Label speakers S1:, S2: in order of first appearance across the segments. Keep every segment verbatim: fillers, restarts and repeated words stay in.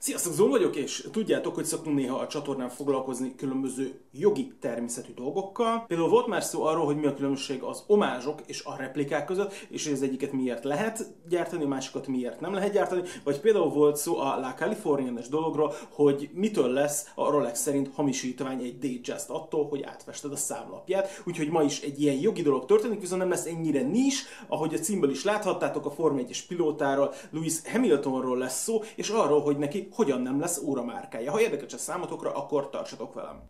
S1: Sziasztok, Zol vagyok, és tudjátok, hogy szoktunk néha a csatornán foglalkozni különböző jogi természetű dolgokkal. Például volt már szó arról, hogy mi a különbség az omázsok és a replikák között, és hogy az egyiket miért lehet gyártani, a másikat miért nem lehet gyártani. Vagy például volt szó a La Californianes dologról, hogy mitől lesz a Rolex szerint hamisítvány egy Datejust attól, hogy átvested a számlapját. Úgyhogy ma is egy ilyen jogi dolog történik, viszont nem lesz ennyire nis, ahogy a címből is láthattátok, a Forma egyes pilótáról, Lewis Hamiltonról lesz szó, és arról, hogy neki hogyan nem lesz óramárkája. Ha érdekes a számotokra, akkor tartsatok velem!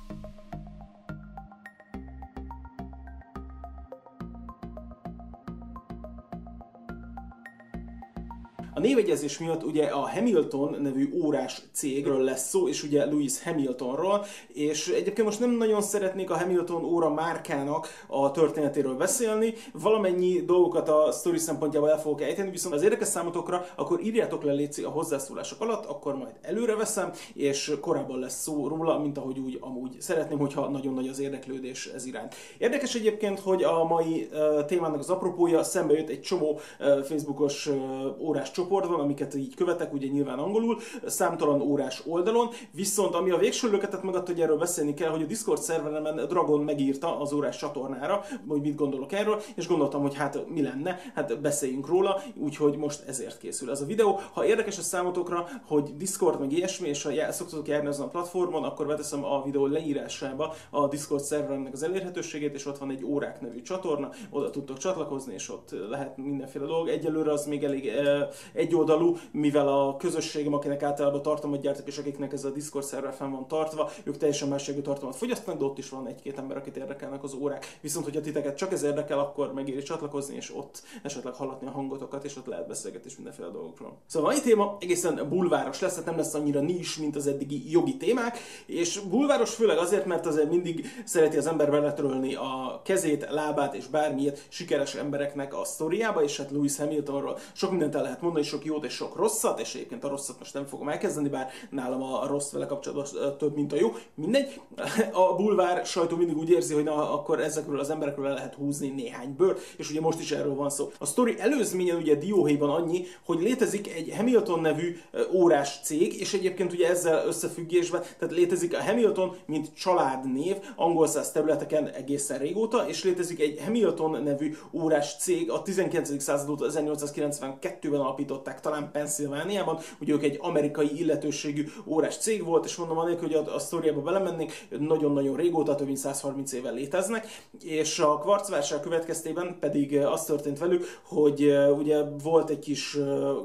S1: A névegyezés miatt ugye a Hamilton nevű órás cégről lesz szó, és ugye Lewis Hamiltonról, és egyébként most nem nagyon szeretnék a Hamilton óra márkának a történetéről beszélni, valamennyi dolgokat a sztori szempontjából el fogok ejteni, viszont az érdekes számotokra, akkor írjátok le léci a hozzászólások alatt, akkor majd előre veszem, és korábban lesz szó róla, mint ahogy úgy amúgy szeretném, hogyha nagyon nagy az érdeklődés ez iránt. Érdekes egyébként, hogy a mai uh, témának az apropója szembe jött egy csomó uh, Facebookos uh, órás csoportban, amiket így követek, ugye nyilván angolul, számtalan órás oldalon, viszont ami a végső löketet megadta, hogy erről beszélni kell, hogy a Discord szerveremen Dragon megírta az órás csatornára, hogy mit gondolok erről, és gondoltam, hogy hát mi lenne, hát beszéljünk róla, úgyhogy most ezért készül ez a videó. Ha érdekes a számotokra, hogy Discord meg ilyesmi, és ha szoktatok járni azon a platformon, akkor beteszem a videó leírásába a Discord szerveremnek az elérhetőségét, és ott van egy órák nevű csatorna, oda tudtok csatlakozni, és ott lehet mindenféle dolog. Egyelőre az még elég eh, egyoldalú, mivel a közösségem, akinek általában tartalmat gyártok, és akiknek ez a Discord szerver fenn van tartva, ők teljesen másségű tartalmat fogyasztanak, de ott is van egy-két ember, akit érdekelnek az órák. Viszont, hogyha titeket csak ez érdekel, akkor megéri csatlakozni, és ott esetleg hallatni a hangotokat, és ott lehet beszélgetni mindenféle dolgokról. Szóval a mai téma egészen bulváros lesz, tehát nem lesz annyira nis, mint az eddigi jogi témák, és bulváros főleg azért, mert azért mindig szereti az ember beletörölni a kezét, lábát és bármilyet sikeres embereknek a sztoriába, és hát Lewis Hamiltonról sok mindent el lehet mondani, sok jót és sok rosszat, és egyébként a rosszat most nem fogom elkezdeni, bár nálam a rossz vele kapcsolatban több, mint a jó. Mindegy. A bulvár sajtó mindig úgy érzi, hogy na, akkor ezekről az emberekről le lehet húzni néhány bőr, és ugye most is erről van szó. A sztori előzményen ugye dióhéjban annyi, hogy létezik egy Hamilton nevű órás cég, és egyébként ugye ezzel összefüggésben, tehát létezik a Hamilton, mint családnév angol száz területeken egészen régóta, és létezik egy Hamilton nevű órás cég, a tizenkilencedik század óta ezernyolcszázkilencvenkettőben alapították, talán Pennsylvániában, ugye ők egy amerikai illetőségű órás cég volt, és mondom anélkül, hogy a, a sztoriába belemennénk, nagyon-nagyon régóta, több mint száz harminc éve léteznek, és a kvarcválság következtében pedig az történt velük, hogy ugye volt egy kis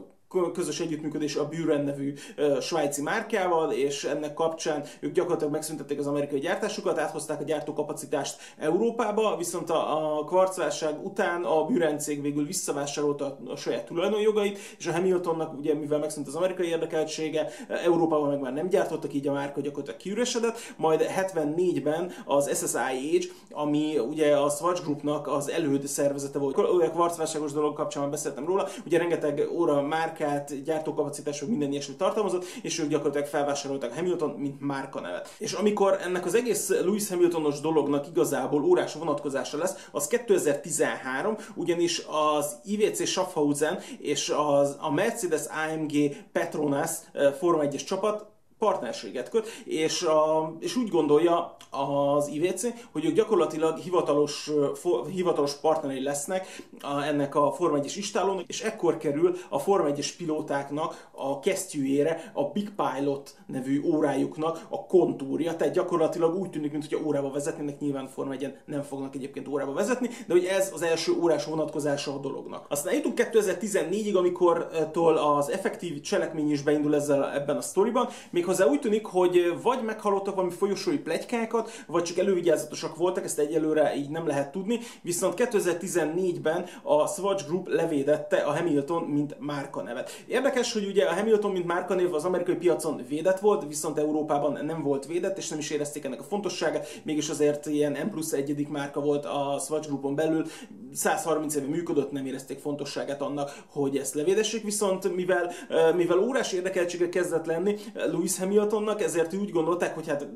S1: közös együttműködés a Buren nevű uh, svájci márkával, és ennek kapcsán ők gyakorlatilag megszüntették az amerikai gyártásukat, áthozták a gyártókapacitást Európába, viszont a, a kvarcválság után a Buren cég végül visszavásárolta a, a saját tulajdonjogait, és a Hamiltonnak, ugye mivel megszűnt az amerikai érdekeltsége, Európában meg már nem gyártottak, így a márka gyakorlatilag kiüresedett, majd hetvennégyben az es es i Age, ami ugye a Swatch Groupnak az előd szervezete volt, a kvarcválságos dolog kapcsán már beszéltem róla, ugye rengeteg óra márka gyártókapacitások, minden ilyesmi tartalmazott, és ők gyakorlatilag felvásárolták Hamilton, mint márkanevet. És amikor ennek az egész Lewis Hamiltonos dolognak igazából órás vonatkozása lesz, az kétezer-tizenhárom, ugyanis az i vé cé Schaffhausen és az, a Mercedes á em gé Petronas Forma egyes csapat partnerséget köt, és, a, és úgy gondolja az i vé cé, hogy ők gyakorlatilag hivatalos, for, hivatalos partnerei lesznek a, ennek a Forma egyes istálónak, és ekkor kerül a Forma egyes pilótáknak a kesztyűjére a Big Pilot nevű órájuknak a kontúrja, tehát gyakorlatilag úgy tűnik, mintha órába vezetnének, nyilván Forma egyen nem fognak egyébként órába vezetni, de hogy ez az első órás vonatkozása a dolognak. Aztán jutunk kétezer-tizennégyig, amikortól az effektív cselekmény is beindul ezzel ebben a sztoriban, még hozzá úgy tűnik, hogy vagy meghallottak valami folyosói pletykákat, vagy csak elővigyázatosak voltak, ezt egyelőre így nem lehet tudni, viszont kétezer-tizennégyben a Swatch Group levédette a Hamilton, mint márkanevet. Érdekes, hogy ugye a Hamilton, mint márkanév az amerikai piacon védett volt, viszont Európában nem volt védett, és nem is érezték ennek a fontosságát, mégis azért ilyen M plusz egyedik márka volt a Swatch Groupon belül, száz harminc éve működött, nem érezték fontosságát annak, hogy ezt levédessék, viszont mivel, mivel órás érdekeltsége kezdett lenni Lewis Hamiltonnak, ezért úgy gondolták, hogy hát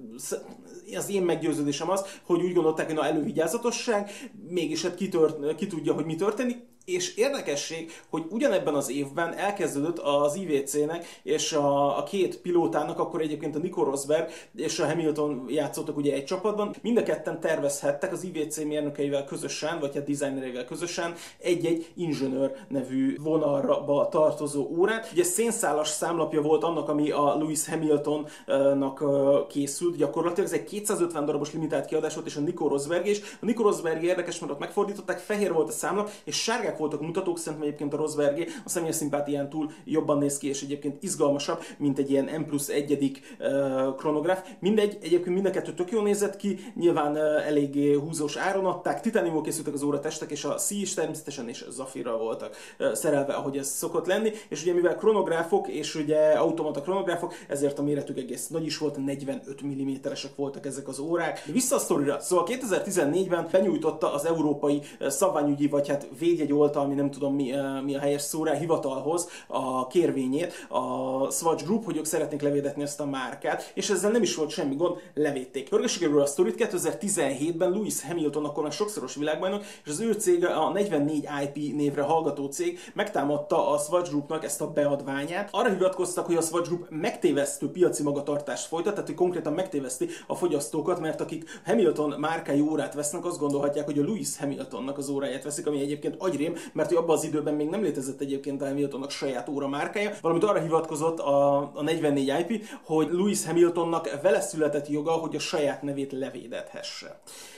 S1: az én meggyőződésem az, hogy úgy gondolták, hogy na elővigyázatosság, mégis hát ki, tört, ki tudja, hogy mi történik. És érdekesség, hogy ugyanebben az évben elkezdődött az i vé cé-nek és a, a két pilótának, akkor egyébként a Nico Rosberg és a Hamilton játszottak ugye egy csapatban. Mind a ketten tervezhettek az i vé cé mérnökeivel közösen, vagy hát designereivel közösen egy-egy inzsőnőr nevű vonalba tartozó órát. Ugye szénszálas számlapja volt annak, ami a Lewis Hamiltonnak készült. Gyakorlatilag ez egy kétszázötven darabos limitált kiadás volt, és a Nico Rosberg is. A Nico Rosberg érdekes, mert ott megfordították, fehér volt a számlap, és sárgák voltak mutatók, szerintem egyébként a Rosbergé a személyes szimpátián túl jobban néz ki, és egyébként izgalmasabb, mint egy ilyen M plusz egyedik uh, kronográf. Mindegy, egyébként mind a kettő tök jól nézett ki, nyilván uh, eléggé húzós áron adták, titaniumból készültek az óratestek, és a szí is természetesen, és zafirral voltak uh, szerelve, ahogy ez szokott lenni, és ugye mivel kronográfok, és ugye automata kronográfok, ezért a méretük egész nagy is volt, negyvenöt milliméteresek voltak ezek az órák. Vissza a sztorira, szóval kétezer-tizennégyben benyújtotta az európai szabványügyi, vagy hát védjegy oltalmi, nem tudom mi, mi a helyes szó rá, hivatalhoz a kérvényét a Swatch Group, hogy ők szeretnék levédetni ezt a márkát, és ezzel nem is volt semmi gond, levédték. Pörgességről a sztorit, kétezer-tizenhétben Lewis Hamilton, akkor már sokszoros világbajnok, és az ő cége, a negyvennégy i pé névre hallgató cég megtámadta a Swatch Groupnak ezt a beadványát. Arra hivatkoztak, hogy a Swatch Group megtévesztő piaci magatartást folytat, tehát hogy konkrétan megtéveszti a fogyasztókat, mert akik Hamilton márkájú órát vesznek, azt gondolhatják, hogy a Lewis Hamiltonnak az óráját veszik, ami egyébként agyrém, mert hogy abban az időben még nem létezett egyébként a Hamiltonnak saját óra márkája, valamint arra hivatkozott a, a negyvennégy i pé, hogy Lewis Hamiltonnak vele született joga, hogy a saját nevét levédethesse.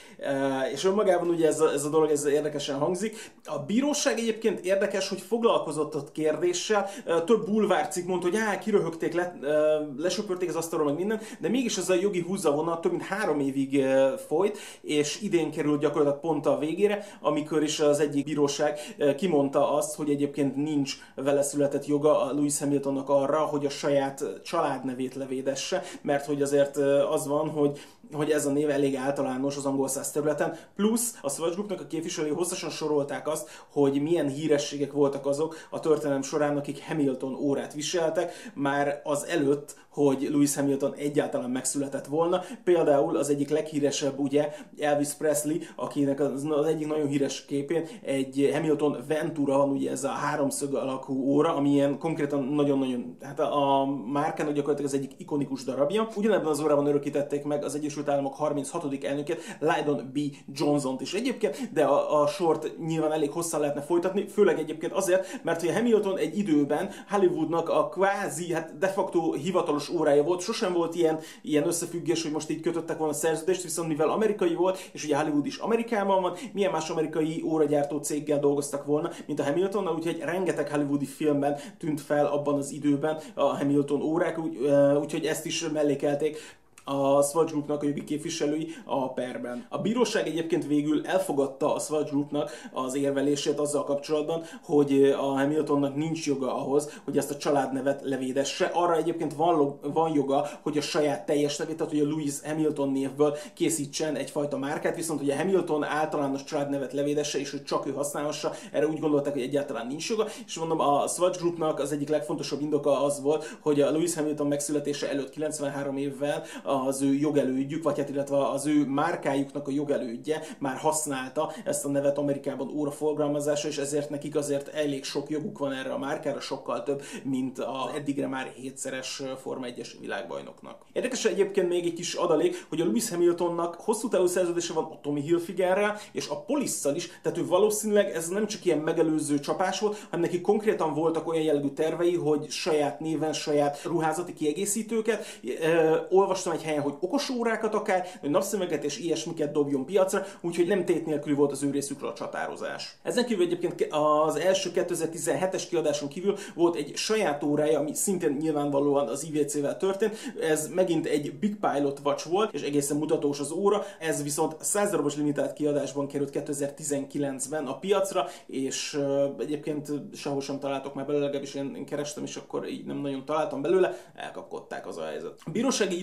S1: Uh, és önmagában ugye ez a, ez a dolog ez érdekesen hangzik. A bíróság egyébként érdekes, hogy foglalkozott a kérdéssel, uh, több bulvárcikk mondta, hogy á, kiröhögték, le, uh, lesöpörték az asztalról, meg minden, de mégis ez a jogi húzavona több mint három évig uh, folyt, és idén került gyakorlatilag pont a végére, amikor is az egyik bíróság uh, kimondta azt, hogy egyébként nincs vele született joga a Lewis Hamiltonnak arra, hogy a saját családnevét levédesse, mert hogy azért uh, az van, hogy, hogy ez a név elég általános az angol száz területen, plusz a Swatch Groupnak a képviselői hosszasan sorolták azt, hogy milyen hírességek voltak azok a történelem során, akik Hamilton órát viseltek, már az előtt, hogy Lewis Hamilton egyáltalán megszületett volna. Például az egyik leghíresebb ugye Elvis Presley, akinek az, az egyik nagyon híres képén egy Hamilton Ventura van, ugye ez a háromszög alakú óra, ami ilyen konkrétan nagyon-nagyon, hát a, a márkának gyakorlatilag az egyik ikonikus darabja. Ugyanebben az órában örökítették meg az Egyesült Államok harminchatodik elnökét, Lyndon B. Johnsont is egyébként, de a, a sort nyilván elég hosszan lehetne folytatni, főleg egyébként azért, mert hogy Hamilton egy időben Hollywoodnak a kvázi, hát de facto hivatalos órája volt, sosem volt ilyen, ilyen összefüggés, hogy most így kötöttek volna a szerződést, viszont mivel amerikai volt, és ugye Hollywood is Amerikában van, milyen más amerikai óragyártó céggel dolgoztak volna, mint a Hamiltonnal, úgyhogy rengeteg hollywoodi filmben tűnt fel abban az időben a Hamilton órák, úgy, úgyhogy ezt is mellékelték a Swatch Groupnak a jogi képviselői a perben. A bíróság egyébként végül elfogadta a Swatch Groupnak az érvelését azzal kapcsolatban, hogy a Hamiltonnak nincs joga ahhoz, hogy ezt a családnevet levédesse. Arra egyébként van, van joga, hogy a saját teljes nevét, tehát hogy a Lewis Hamilton névből készítsen egyfajta márkát, viszont hogy a Hamilton általános családnevet levédesse, és hogy csak ő használhassa, erre úgy gondolták, hogy egyáltalán nincs joga. És mondom, a Swatch Groupnak az egyik legfontosabb indoka az volt, hogy a Lewis Hamilton megszületése előtt kilencvenhárom évvel az ő jogelődjük, vagy hát illetve az ő márkájuknak a jogelődje már használta ezt a nevet Amerikában óraforgalmazásra, és ezért nekik azért elég sok joguk van erre a márkára, sokkal több, mint az eddigre már hétszeres Forma egyes világbajnoknak. Érdekes egyébként még egy kis adalék, hogy a Lewis Hamiltonnak hosszú távú szerződése van a Tommy Hilfigerrel és a Police-szal is, tehát ő valószínűleg ez nem csak ilyen megelőző csapás volt, hanem neki konkrétan voltak olyan jellegű tervei, hogy saját néven, saját ruházati kiegészítőket. E, olvastam egy helyen, hogy okos órákat akár, vagy napszemeket és ilyesmiket dobjon piacra, úgyhogy nem tét nélkül volt az ő részükről a csatározás. Ezen kívül egyébként az első kétezer-tizenhetes kiadáson kívül volt egy saját órája, ami szintén nyilvánvalóan az i vé cé-vel történt. Ez megint egy Big Pilot Watch volt, és egészen mutatós az óra. Ez viszont száz darabos limitált kiadásban került kétezer-tizenkilencben a piacra, és egyébként sehol sem találtok már belőle, legalábbis én kerestem, és akkor így nem nagyon találtam belőle, elkapkodták, az a helyzet. A bírósági ítéletnek a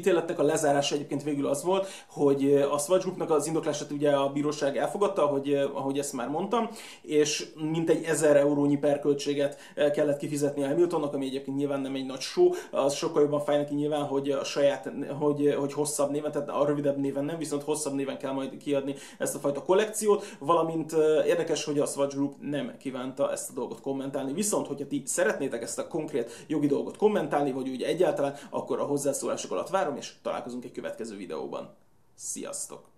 S1: lezárása egyébként végül az volt, hogy a Swatch Groupnak az indoklását ugye a bíróság elfogadta, ahogy, ahogy ezt már mondtam, és mintegy ezer eurónyi perköltséget kellett kifizetni a Hamiltonnak, ami egyébként nyilván nem egy nagy show, az sokkal jobban fáj neki nyilván, hogy a saját, hogy, hogy hosszabb néven, tehát a rövidebb néven nem, viszont hosszabb néven kell majd kiadni ezt a fajta kollekciót, valamint érdekes, hogy a Swatch Group nem kívánta ezt a dolgot kommentálni, viszont hogyha ti szeretnétek ezt a konkrét jogi dolgot kommentálni, vagy úgy egyáltalán, akkor a hozzászólások alatt várom, és találkozunk egy következő videóban. Sziasztok!